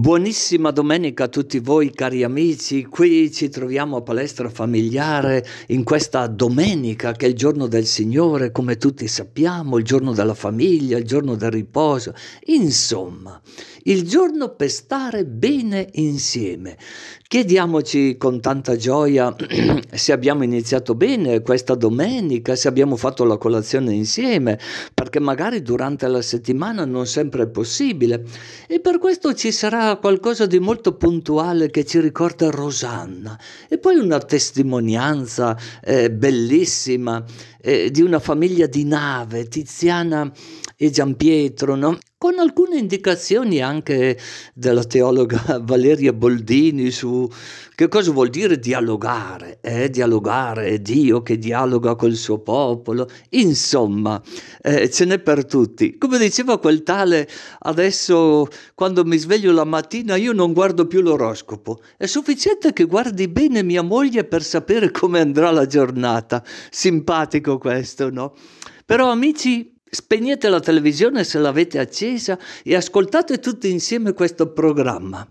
Buonissima domenica a tutti voi cari amici, qui ci troviamo a Palestra Familiare in questa domenica che è il giorno del Signore, come tutti sappiamo, il giorno della famiglia, il giorno del riposo, insomma, il giorno per stare bene insieme. Chiediamoci con tanta gioia se abbiamo iniziato bene questa domenica, se abbiamo fatto la colazione insieme, perché magari durante la settimana non sempre è possibile. E per questo ci sarà qualcosa di molto puntuale che ci ricorda Rosanna e poi una testimonianza bellissima di una famiglia di nave, Tiziana e Giampietro, no? Con alcune indicazioni anche della teologa Valeria Boldini su che cosa vuol dire dialogare, dialogare, è Dio che dialoga col suo popolo, insomma, ce n'è per tutti. Come diceva quel tale, adesso quando mi sveglio la mattina io non guardo più l'oroscopo, è sufficiente che guardi bene mia moglie per sapere come andrà la giornata. Simpatico questo, no? Però amici, spegnete la televisione se l'avete accesa e ascoltate tutti insieme questo programma.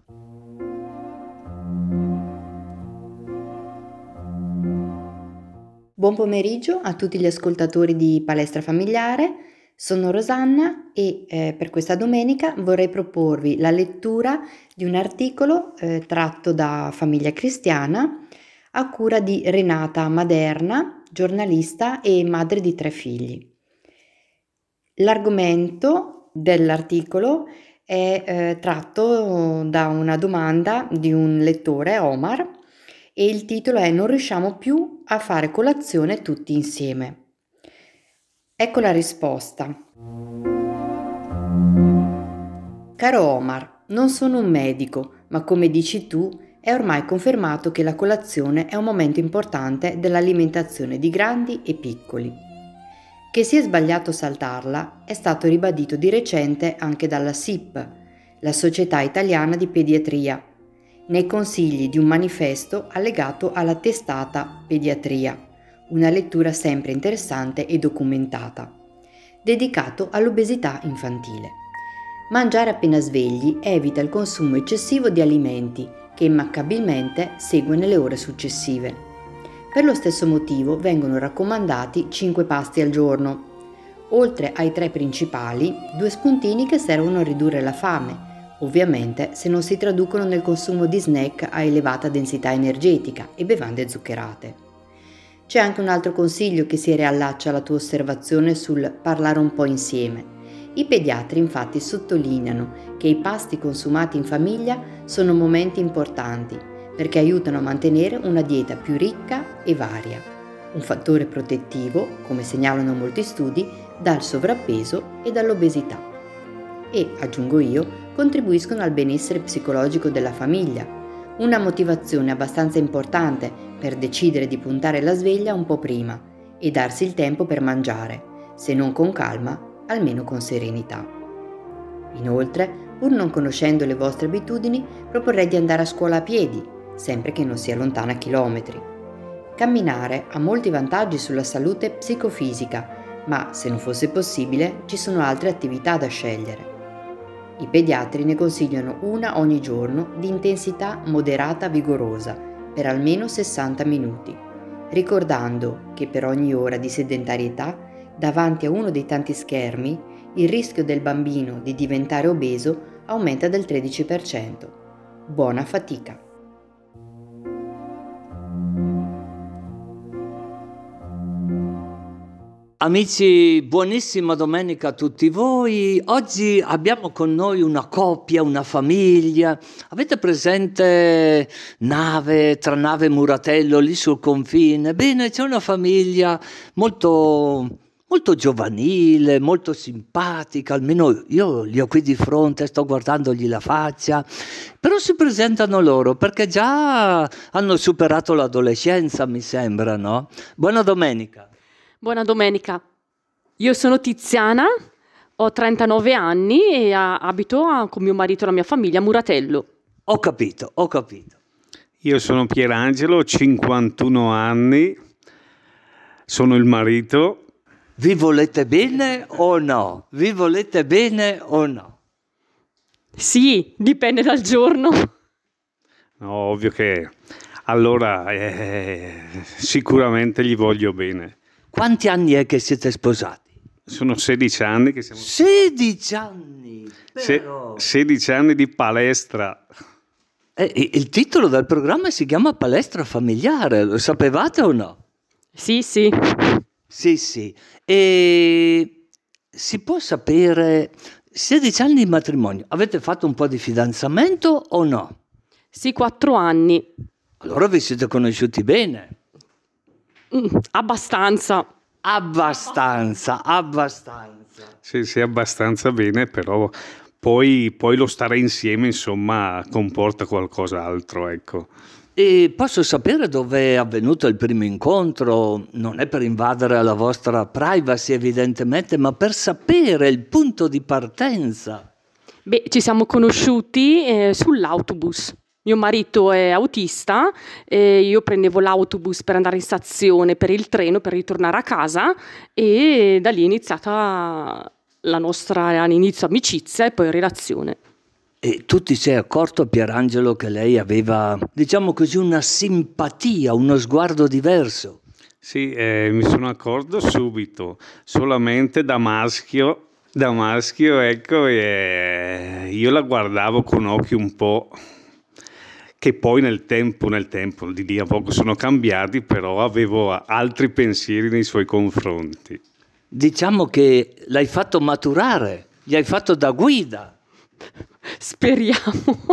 Buon pomeriggio a tutti gli ascoltatori di Palestra Familiare, sono Rosanna e per questa domenica vorrei proporvi la lettura di un articolo tratto da Famiglia Cristiana a cura di Renata Maderna, giornalista e madre di 3 figli. L'argomento dell'articolo è tratto da una domanda di un lettore, Omar, e il titolo è "Non riusciamo più a fare colazione tutti insieme". Ecco la risposta. Caro Omar, non sono un medico, ma come dici tu, è ormai confermato che la colazione è un momento importante dell'alimentazione di grandi e piccoli. Che sia sbagliato saltarla è stato ribadito di recente anche dalla SIP, la Società Italiana di Pediatria, nei consigli di un manifesto allegato alla testata Pediatria, una lettura sempre interessante e documentata, dedicato all'obesità infantile. Mangiare appena svegli evita il consumo eccessivo di alimenti che immancabilmente segue nelle ore successive. Per lo stesso motivo vengono raccomandati 5 pasti al giorno. Oltre ai 3 principali, 2 spuntini che servono a ridurre la fame, ovviamente se non si traducono nel consumo di snack a elevata densità energetica e bevande zuccherate. C'è anche un altro consiglio che si riallaccia alla tua osservazione sul parlare un po' insieme. I pediatri infatti sottolineano che i pasti consumati in famiglia sono momenti importanti perché aiutano a mantenere una dieta più ricca e varia, un fattore protettivo, come segnalano molti studi, dal sovrappeso e dall'obesità. E, aggiungo io, contribuiscono al benessere psicologico della famiglia, una motivazione abbastanza importante per decidere di puntare la sveglia un po' prima e darsi il tempo per mangiare, se non con calma, almeno con serenità. Inoltre, pur non conoscendo le vostre abitudini, proporrei di andare a scuola a piedi, sempre che non sia lontana chilometri. Camminare ha molti vantaggi sulla salute psicofisica, ma se non fosse possibile ci sono altre attività da scegliere. I pediatri ne consigliano una ogni giorno di intensità moderata vigorosa per almeno 60 minuti, ricordando che per ogni ora di sedentarietà davanti a uno dei tanti schermi il rischio del bambino di diventare obeso aumenta del 13%. Buona fatica! Amici, buonissima domenica a tutti voi. Oggi abbiamo con noi una coppia, una famiglia. Avete presente Nave, tra Nave e Muratello, lì sul confine? Bene, c'è una famiglia molto, molto giovanile, molto simpatica, almeno io li ho qui di fronte, sto guardandogli la faccia. Però si presentano loro perché già hanno superato l'adolescenza, mi sembra, no? Buona domenica. Buona domenica, io sono Tiziana, ho 39 anni e abito con mio marito e la mia famiglia a Muratello. Ho capito. Io sono Pierangelo, 51 anni, sono il marito. Vi volete bene o no? Sì, dipende dal giorno. No, ovvio che allora sicuramente gli voglio bene. Quanti anni è che siete sposati? Sono 16 anni che siamo 16 anni! Però... 16 anni di palestra. Il titolo del programma si chiama Palestra familiare, lo sapevate o no? Sì, sì. Sì, sì. E si può sapere, 16 anni di matrimonio, avete fatto un po' di fidanzamento o no? Sì, 4 anni. Allora vi siete conosciuti bene? Abbastanza. Abbastanza. Sì, abbastanza bene, però poi lo stare insieme, insomma, comporta qualcos'altro, ecco. E posso sapere dove è avvenuto il primo incontro? Non è per invadere la vostra privacy, evidentemente, ma per sapere il punto di partenza. Beh, ci siamo conosciuti sull'autobus. Mio marito è autista e io prendevo l'autobus per andare in stazione, per il treno, per ritornare a casa, e da lì è iniziata la nostra all'inizio amicizia e poi relazione. E tu ti sei accorto, Pierangelo, che lei aveva, diciamo così, una simpatia, uno sguardo diverso? Sì, mi sono accorto subito, solamente da maschio, ecco, e io la guardavo con occhi un po' che poi nel tempo, di lì a poco sono cambiati, però avevo altri pensieri nei suoi confronti. Diciamo che l'hai fatto maturare, gli hai fatto da guida. Speriamo.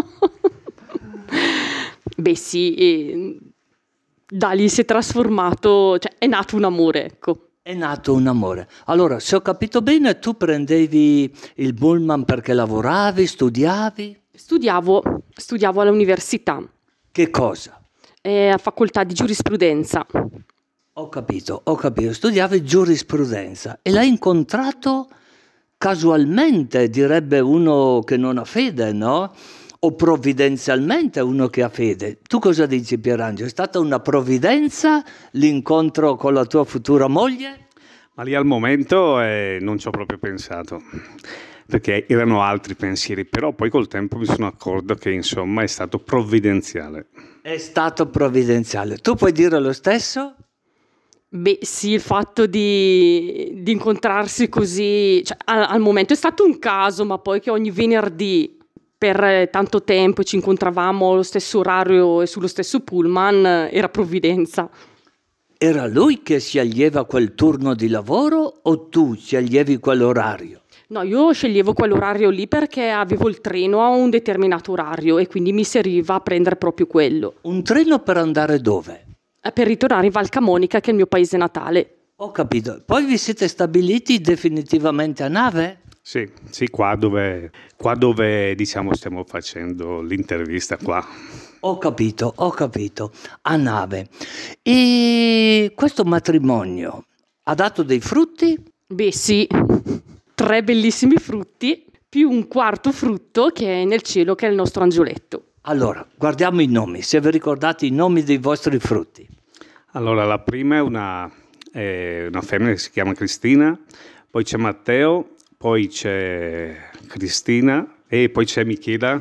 Beh sì, da lì si è trasformato, cioè è nato un amore, ecco. È nato un amore. Allora, se ho capito bene, tu prendevi il pullman perché lavoravi, studiavi? Studiavo all'università, Che cosa? a facoltà di giurisprudenza. Ho capito. Studiavi giurisprudenza e l'hai incontrato casualmente, direbbe uno che non ha fede, no? O provvidenzialmente uno che ha fede. Tu cosa dici, Pierangelo? È stata una provvidenza l'incontro con la tua futura moglie? Ma lì al momento non ci ho proprio pensato, perché erano altri pensieri, però poi col tempo mi sono accorto che insomma è stato provvidenziale. È stato provvidenziale. Tu puoi dire lo stesso? Beh sì, il fatto di incontrarsi così, cioè, al momento è stato un caso, ma poi che ogni venerdì per tanto tempo ci incontravamo allo stesso orario e sullo stesso pullman, era provvidenza. Era lui che sceglieva quel turno di lavoro o tu sceglievi quell'orario? No, io sceglievo quell'orario lì perché avevo il treno a un determinato orario e quindi mi serviva a prendere proprio quello. Un treno per andare dove? Per ritornare in Val Camonica, che è il mio paese natale. Ho capito. Poi vi siete stabiliti definitivamente a Nave? Sì, qua dove diciamo stiamo facendo l'intervista qua. Ho capito. A Nave. E questo matrimonio ha dato dei frutti? Beh sì, 3 bellissimi frutti, più un quarto frutto che è nel cielo, che è il nostro angioletto. Allora, guardiamo i nomi, se vi ricordate i nomi dei vostri frutti. Allora, la prima è una femmina che si chiama Cristina, poi c'è Matteo, poi c'è Cristina e poi c'è Michela.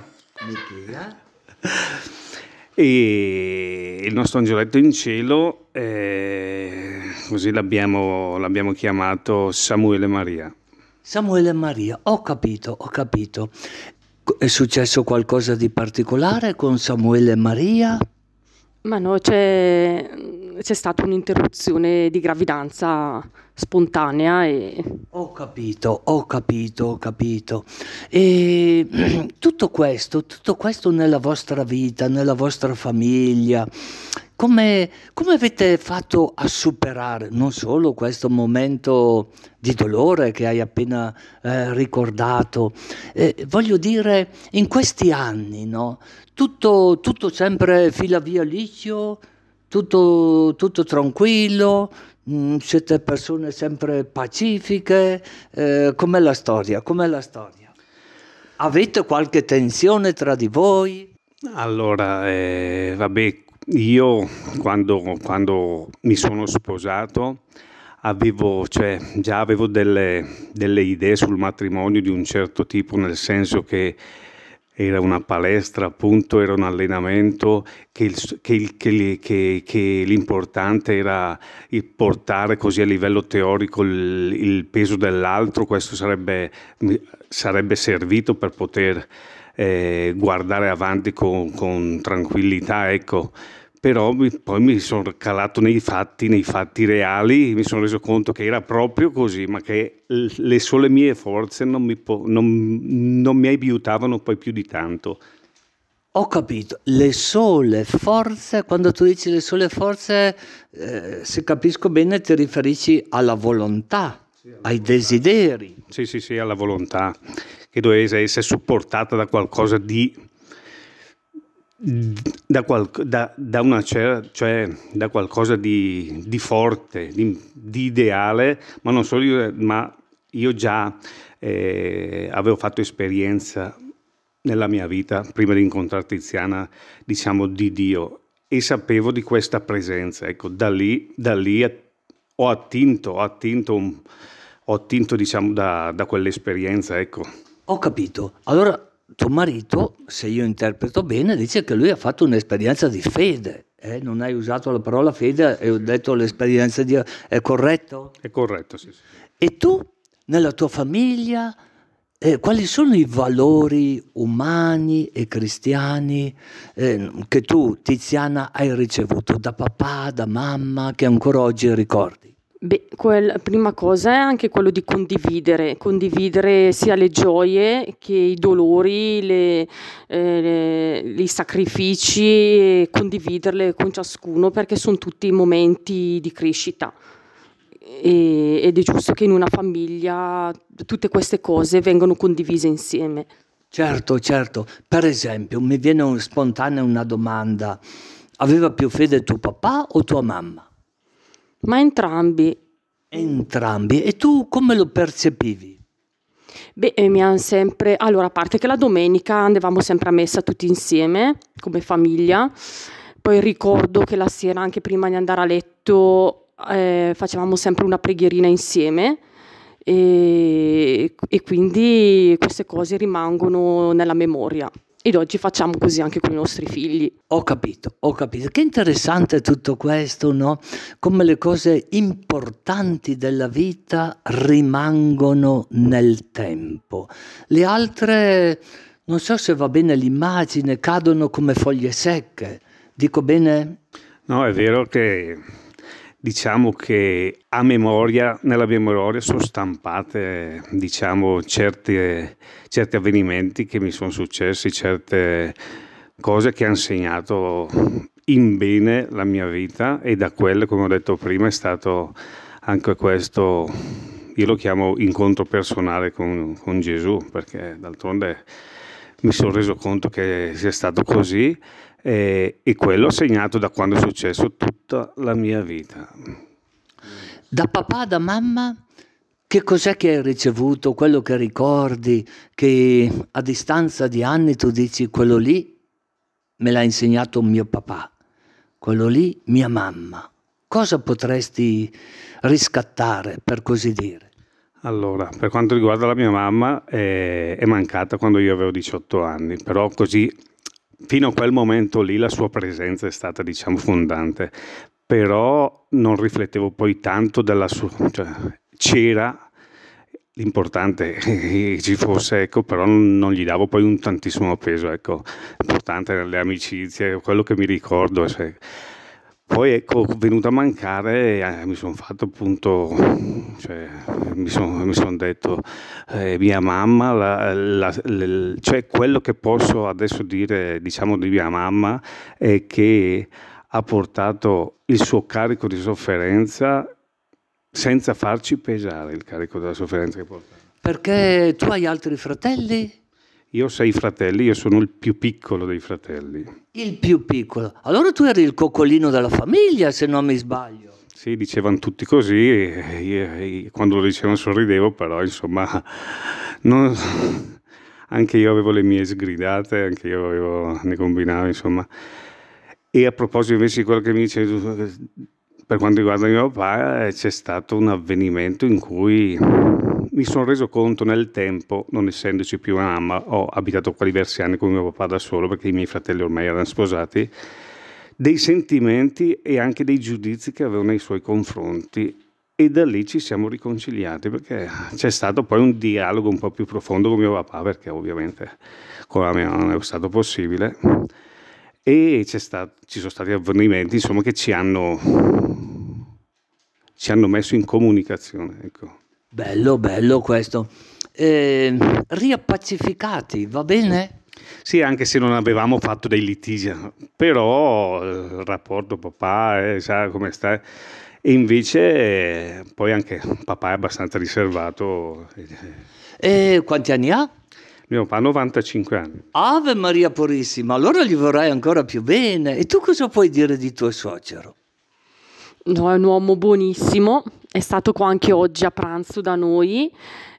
E il nostro angioletto in cielo, così l'abbiamo chiamato Samuele Maria. Samuele Maria, ho capito. È successo qualcosa di particolare con Samuele Maria? Ma no, c'è stata un'interruzione di gravidanza spontanea e... Ho capito. E tutto questo nella vostra vita, nella vostra famiglia, come avete fatto a superare non solo questo momento di dolore che hai appena ricordato, voglio dire, in questi anni, no? Tutto sempre fila via liscio, tutto tranquillo, siete persone sempre pacifiche, com'è la storia? Avete qualche tensione tra di voi? Allora, vabbè, io quando mi sono sposato avevo delle idee sul matrimonio di un certo tipo, nel senso che era una palestra, appunto, era un allenamento, che l'importante era il portare così a livello teorico il peso dell'altro. Questo sarebbe servito per poter guardare avanti con tranquillità, ecco. Però poi mi sono calato nei fatti reali, mi sono reso conto che era proprio così, ma che le sole mie forze non mi aiutavano poi più di tanto. Ho capito, le sole forze, quando tu dici le sole forze, se capisco bene ti riferisci alla volontà, ai desideri. Sì, alla volontà, che doveva essere supportata da qualcosa da qualcosa di forte, di ideale, ma non solo io, ma io già avevo fatto esperienza nella mia vita, prima di incontrare Tiziana, diciamo, di Dio, e sapevo di questa presenza. Ecco, da lì ho attinto, diciamo, da quell'esperienza, ecco. Ho capito. Allora, tuo marito, se io interpreto bene, dice che lui ha fatto un'esperienza di fede. Non hai usato la parola fede, hai detto l'esperienza di Dio. È corretto? È corretto, sì. E tu, nella tua famiglia, quali sono i valori umani e cristiani che tu, Tiziana, hai ricevuto da papà, da mamma, che ancora oggi ricordi? Beh, prima cosa è anche quello di condividere sia le gioie che i dolori, i sacrifici, condividerle con ciascuno, perché sono tutti momenti di crescita. Ed è giusto che in una famiglia tutte queste cose vengano condivise insieme. Certo. Per esempio, mi viene spontanea una domanda. Aveva più fede tuo papà o tua mamma? Ma entrambi. Entrambi. E tu come lo percepivi? Beh, mi hanno sempre... Allora, a parte che la domenica andavamo sempre a messa tutti insieme, come famiglia. Poi ricordo che la sera, anche prima di andare a letto, facevamo sempre una preghierina insieme. E quindi queste cose rimangono nella memoria. Ed oggi facciamo così anche con i nostri figli. Ho capito. Che interessante tutto questo, no? Come le cose importanti della vita rimangono nel tempo. Le altre, non so se va bene l'immagine, cadono come foglie secche. Dico bene? No, è vero che diciamo che nella mia memoria sono stampate, diciamo, certi avvenimenti che mi sono successi, certe cose che hanno segnato in bene la mia vita, e da quelle, come ho detto prima, è stato anche questo, io lo chiamo incontro personale con Gesù, perché d'altronde mi sono reso conto che sia stato così. E quello ha segnato, da quando è successo, tutta la mia vita. Da papà, da mamma, che cos'è che hai ricevuto, quello che ricordi, che a distanza di anni tu dici quello lì me l'ha insegnato mio papà, quello lì mia mamma. Cosa potresti riscattare, per così dire? Allora, per quanto riguarda la mia mamma, è mancata quando io avevo 18 anni, però così... Fino a quel momento lì la sua presenza è stata, diciamo, fondante, però non riflettevo poi tanto della sua... Cioè, c'era, l'importante che ci fosse, ecco, però non gli davo poi un tantissimo peso, ecco. L'importante nelle amicizie, quello che mi ricordo. Poi, ecco, venuto a mancare, mi sono fatto appunto, cioè, mi son detto, mia mamma, cioè quello che posso adesso dire, diciamo, di mia mamma è che ha portato il suo carico di sofferenza senza farci pesare il carico della sofferenza che portava. Perché tu hai altri fratelli? Io ho 6 fratelli, io sono il più piccolo dei fratelli. Il più piccolo. Allora tu eri il coccolino della famiglia, se non mi sbaglio. Sì, dicevano tutti così, e quando lo dicevano sorridevo, però insomma anche io avevo le mie sgridate, anche io ne combinavo, insomma. E a proposito invece di quello che mi dicevi tu, per quanto riguarda mio papà, c'è stato un avvenimento in cui mi sono reso conto nel tempo, non essendoci più una mamma, ho abitato qua diversi anni con mio papà da solo perché i miei fratelli ormai erano sposati, dei sentimenti e anche dei giudizi che avevo nei suoi confronti, e da lì ci siamo riconciliati perché c'è stato poi un dialogo un po' più profondo con mio papà, perché ovviamente con la mia non è stato possibile, e ci sono stati avvenimenti insomma che ci hanno messo in comunicazione, ecco. Bello questo. Riappacificati, va bene? Sì, anche se non avevamo fatto dei litigi, però il rapporto papà, sa come sta. E invece poi anche papà è abbastanza riservato. E quanti anni ha? Mio papà ha 95 anni. Ave Maria Purissima, allora gli vorrai ancora più bene. E tu cosa puoi dire di tuo suocero? No, è un uomo buonissimo, è stato qua anche oggi a pranzo da noi.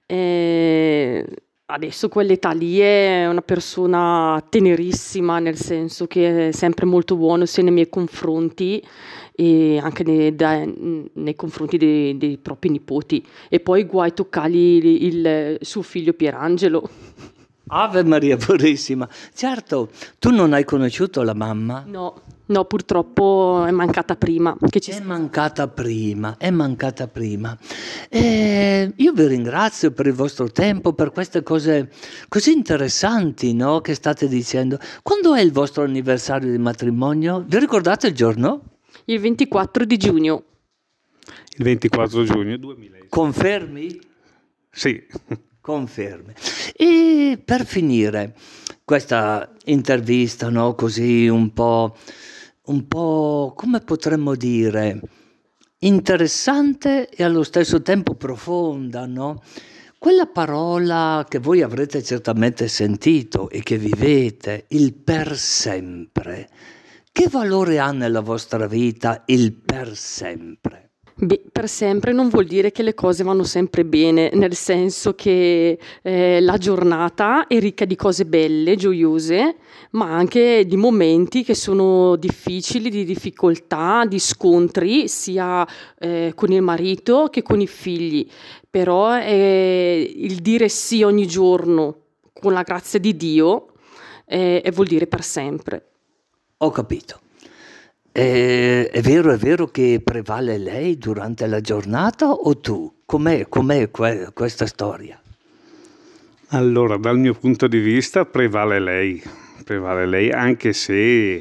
Adesso quell'età lì è una persona tenerissima, nel senso che è sempre molto buono sia nei miei confronti e anche nei confronti dei propri nipoti. E poi guai toccargli il suo figlio Pierangelo. Ave Maria Purissima. Certo, tu non hai conosciuto la mamma? No, purtroppo è mancata prima. È mancata prima. E io vi ringrazio per il vostro tempo, per queste cose così interessanti, no, che state dicendo. Quando è il vostro anniversario di matrimonio? Vi ricordate il giorno? Il 24 di giugno. Il 24 giugno 2000. Confermi? Sì. Confermi. E per finire questa intervista, no, così un po', come potremmo dire, interessante e allo stesso tempo profonda, no? Quella parola che voi avrete certamente sentito e che vivete, il per sempre. Che valore ha nella vostra vita il per sempre? Beh, per sempre non vuol dire che le cose vanno sempre bene, nel senso che la giornata è ricca di cose belle, gioiose, ma anche di momenti che sono difficili, di difficoltà, di scontri, sia con il marito che con i figli. Però il dire sì ogni giorno, con la grazia di Dio, vuol dire per sempre. Ho capito. È vero che prevale lei durante la giornata o tu? Com'è questa storia? Allora, dal mio punto di vista prevale lei, anche se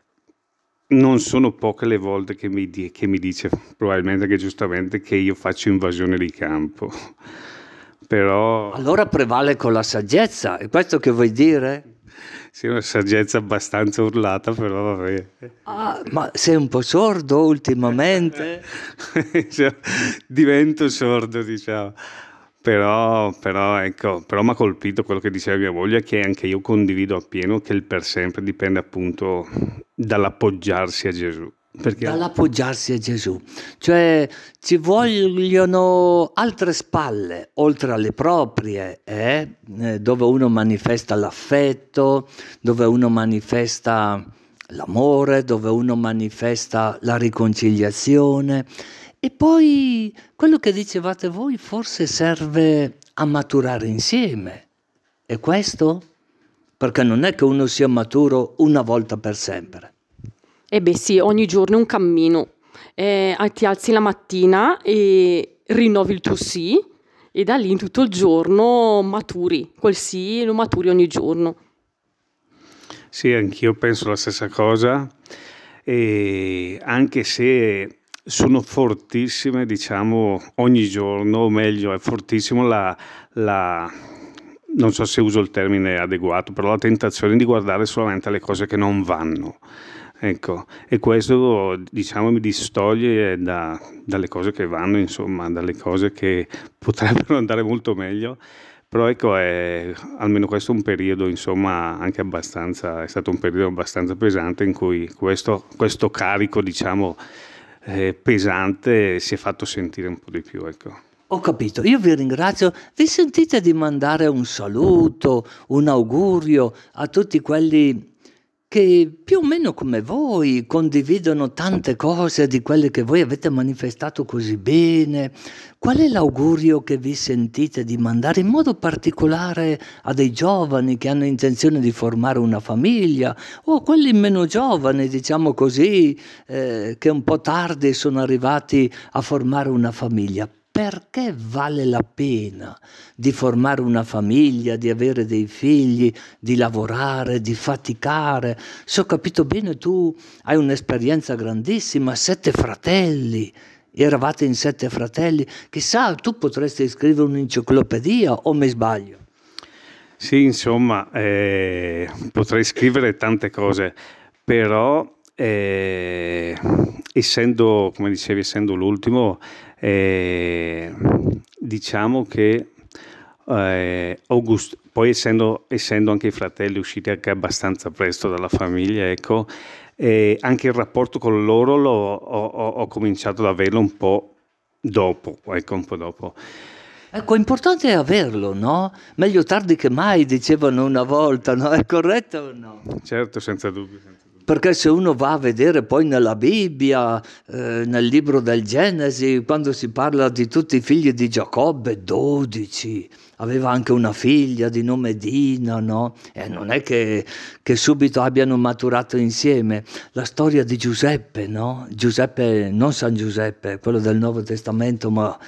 non sono poche le volte che mi dice, probabilmente che giustamente, che io faccio invasione di campo. Però... Allora prevale con la saggezza, è questo che vuoi dire? Sì, una saggezza abbastanza urlata, però vabbè. Ah, ma sei un po' sordo ultimamente? Cioè, divento sordo, diciamo. Però ecco, mi ha colpito quello che diceva mia moglie, che anche io condivido appieno, che il per sempre dipende appunto dall'appoggiarsi a Gesù. Dall'appoggiarsi a Gesù, cioè ci vogliono altre spalle oltre alle proprie, dove uno manifesta l'affetto, dove uno manifesta l'amore, dove uno manifesta la riconciliazione. E poi quello che dicevate voi forse serve a maturare insieme. È questo? Perché non è che uno sia maturo una volta per sempre. Eh beh sì, ogni giorno è un cammino. Ti alzi la mattina e rinnovi il tuo sì, e da lì in tutto il giorno maturi. Quel sì lo maturi ogni giorno. Sì, anch'io penso la stessa cosa, e anche se sono fortissime, diciamo, ogni giorno, o meglio, è fortissimo non so se uso il termine adeguato, però la tentazione di guardare solamente le cose che non vanno. Ecco, e questo, diciamo, mi distoglie dalle cose che vanno, insomma, dalle cose che potrebbero andare molto meglio. Però ecco, almeno questo è un periodo, insomma, anche abbastanza, è stato un periodo abbastanza pesante in cui questo carico, diciamo, pesante si è fatto sentire un po' di più, ecco. Ho capito, io vi ringrazio. Vi sentite di mandare un saluto, un augurio a tutti quelli che più o meno come voi condividono tante cose di quelle che voi avete manifestato così bene. Qual è l'augurio che vi sentite di mandare in modo particolare a dei giovani che hanno intenzione di formare una famiglia o a quelli meno giovani, diciamo così, che un po' tardi sono arrivati a formare una famiglia? Perché vale la pena di formare una famiglia, di avere dei figli, di lavorare, di faticare? Se ho capito bene, tu hai un'esperienza grandissima, 7 fratelli, eravate in 7 fratelli, chissà, tu potresti scrivere un'enciclopedia o mi sbaglio? Sì, insomma, potrei scrivere tante cose, però essendo, come dicevi, essendo l'ultimo, diciamo che poi essendo anche i fratelli usciti anche abbastanza presto dalla famiglia, ecco, anche il rapporto con loro ho cominciato ad averlo un po' dopo, ecco, un po' dopo. Ecco, importante è averlo, no? Meglio tardi che mai, dicevano una volta, no? È corretto o no? Certo, senza dubbio. Perché se uno va a vedere poi nella Bibbia, nel libro del Genesi, quando si parla di tutti i figli di Giacobbe, 12, aveva anche una figlia di nome Dina, no? E non è che subito abbiano maturato insieme. La storia di Giuseppe, no? Giuseppe, non San Giuseppe, quello del Nuovo Testamento, ma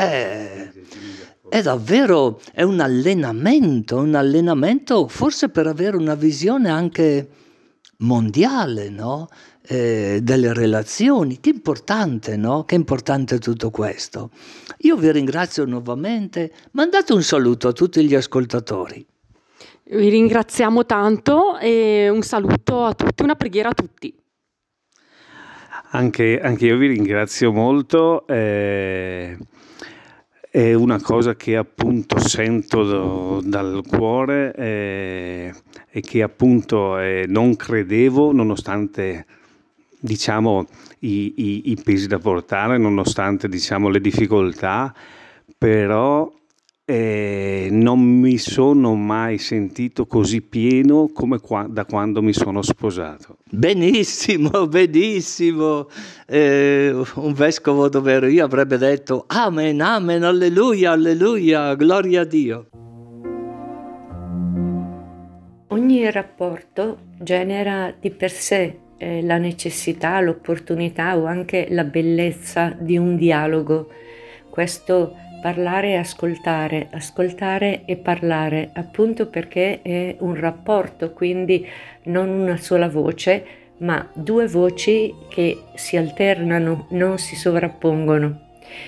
è davvero, è un allenamento forse per avere una visione anche mondiale, no? Delle relazioni. Che importante, no? Che importante tutto questo. Io vi ringrazio nuovamente. Mandate un saluto a tutti gli ascoltatori. Vi ringraziamo tanto e un saluto a tutti, una preghiera a tutti. Anche io vi ringrazio molto. È una cosa che appunto sento dal cuore e che appunto non credevo, nonostante diciamo i pesi da portare, nonostante diciamo le difficoltà, però non mi sono mai sentito così pieno come da quando mi sono sposato. Benissimo, benissimo. Un vescovo dove ero io avrebbe detto amen, amen, alleluia, alleluia, gloria a Dio. Ogni rapporto genera di per sé la necessità, l'opportunità o anche la bellezza di un dialogo. Questo parlare e ascoltare, ascoltare e parlare, appunto perché è un rapporto, quindi non una sola voce, ma 2 voci che si alternano, non si sovrappongono.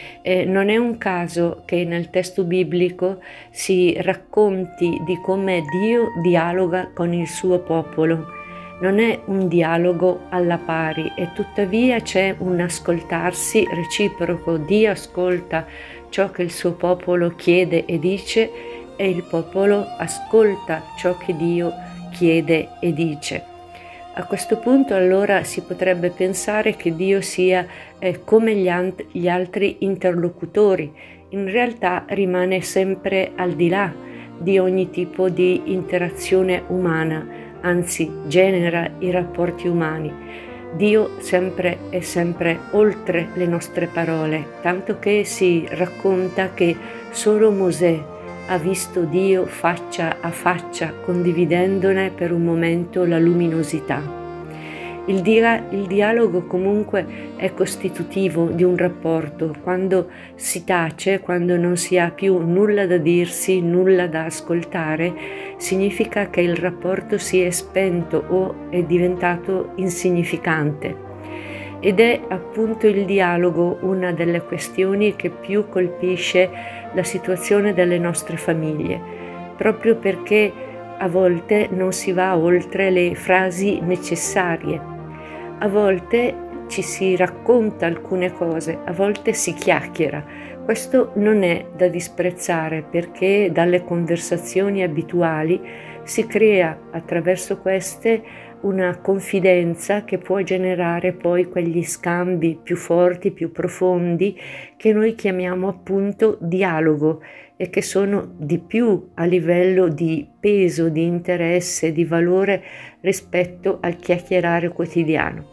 Non è un caso che nel testo biblico si racconti di come Dio dialoga con il suo popolo. Non è un dialogo alla pari e tuttavia c'è un ascoltarsi reciproco. Dio ascolta ciò che il suo popolo chiede e dice e il popolo ascolta ciò che Dio chiede e dice. A questo punto allora si potrebbe pensare che Dio sia come gli altri interlocutori. In realtà rimane sempre al di là di ogni tipo di interazione umana, anzi genera i rapporti umani. Dio è sempre oltre le nostre parole, tanto che si racconta che solo Mosè ha visto Dio faccia a faccia, condividendone per un momento la luminosità. Il dialogo comunque è costitutivo di un rapporto. Quando si tace, quando non si ha più nulla da dirsi, nulla da ascoltare, significa che il rapporto si è spento o è diventato insignificante. Ed è appunto il dialogo una delle questioni che più colpisce la situazione delle nostre famiglie, proprio perché a volte non si va oltre le frasi necessarie. A volte ci si racconta alcune cose, a volte si chiacchiera. Questo non è da disprezzare perché dalle conversazioni abituali si crea attraverso queste una confidenza che può generare poi quegli scambi più forti, più profondi, che noi chiamiamo appunto dialogo e che sono di più a livello di peso, di interesse, di valore rispetto al chiacchierare quotidiano.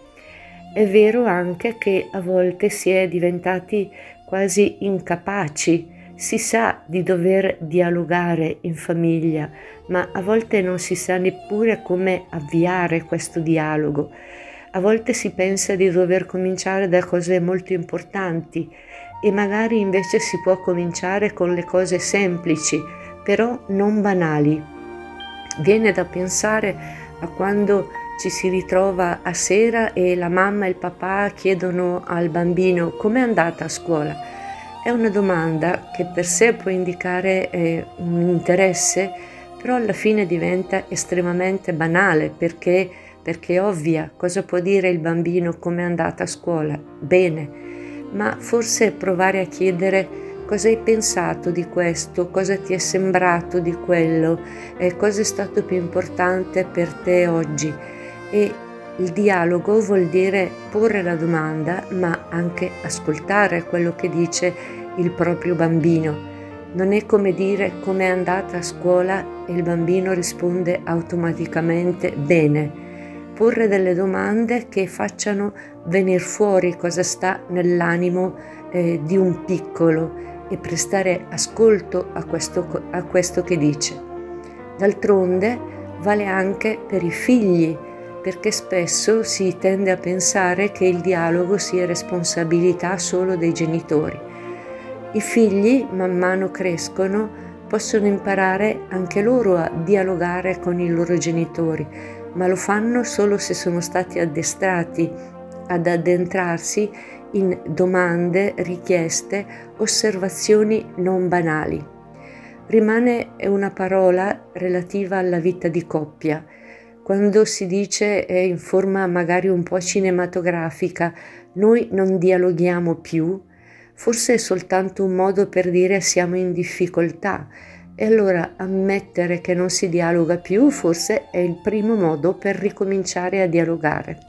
È vero anche che a volte si è diventati quasi incapaci. Si sa di dover dialogare in famiglia, ma a volte non si sa neppure come avviare questo dialogo. A volte si pensa di dover cominciare da cose molto importanti e magari invece si può cominciare con le cose semplici, però non banali. Viene da pensare a quando ci si ritrova a sera e la mamma e il papà chiedono al bambino com'è andata a scuola. È una domanda che per sé può indicare un interesse, però alla fine diventa estremamente banale perché ovvia. Cosa può dire il bambino come è andata a scuola? Bene, ma forse provare a chiedere cosa hai pensato di questo, cosa ti è sembrato di quello, cosa è stato più importante per te oggi. E il dialogo vuol dire porre la domanda, ma anche ascoltare quello che dice il proprio bambino. Non è come dire come è andata a scuola e il bambino risponde automaticamente bene. Porre delle domande che facciano venire fuori cosa sta nell'animo di un piccolo e prestare ascolto a questo che dice. D'altronde vale anche per i figli, perché spesso si tende a pensare che il dialogo sia responsabilità solo dei genitori. I figli, man mano crescono, possono imparare anche loro a dialogare con i loro genitori, ma lo fanno solo se sono stati addestrati ad addentrarsi in domande, richieste, osservazioni non banali. Rimane una parola relativa alla vita di coppia. Quando si dice in forma magari un po' cinematografica, noi non dialoghiamo più, forse è soltanto un modo per dire siamo in difficoltà, e allora ammettere che non si dialoga più forse è il primo modo per ricominciare a dialogare.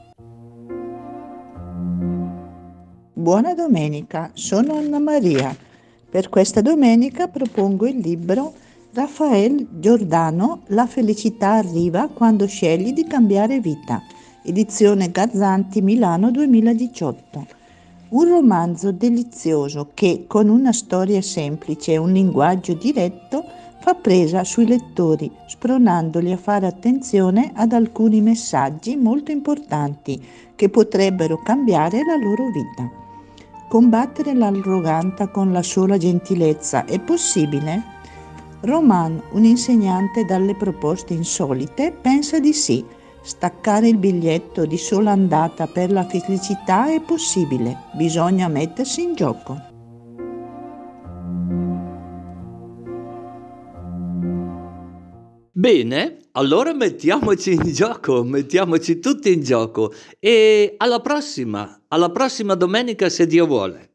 Buona domenica, sono Anna Maria. Per questa domenica propongo il libro Raffaele Giordano, La felicità arriva quando scegli di cambiare vita, edizione Gazzanti Milano 2018. Un romanzo delizioso che, con una storia semplice e un linguaggio diretto, fa presa sui lettori, spronandoli a fare attenzione ad alcuni messaggi molto importanti che potrebbero cambiare la loro vita. Combattere l'arroganza con la sola gentilezza è possibile? Roman, un insegnante dalle proposte insolite, pensa di sì. Staccare il biglietto di sola andata per la felicità è possibile, bisogna mettersi in gioco. Bene, allora mettiamoci in gioco, mettiamoci tutti in gioco e alla prossima domenica se Dio vuole.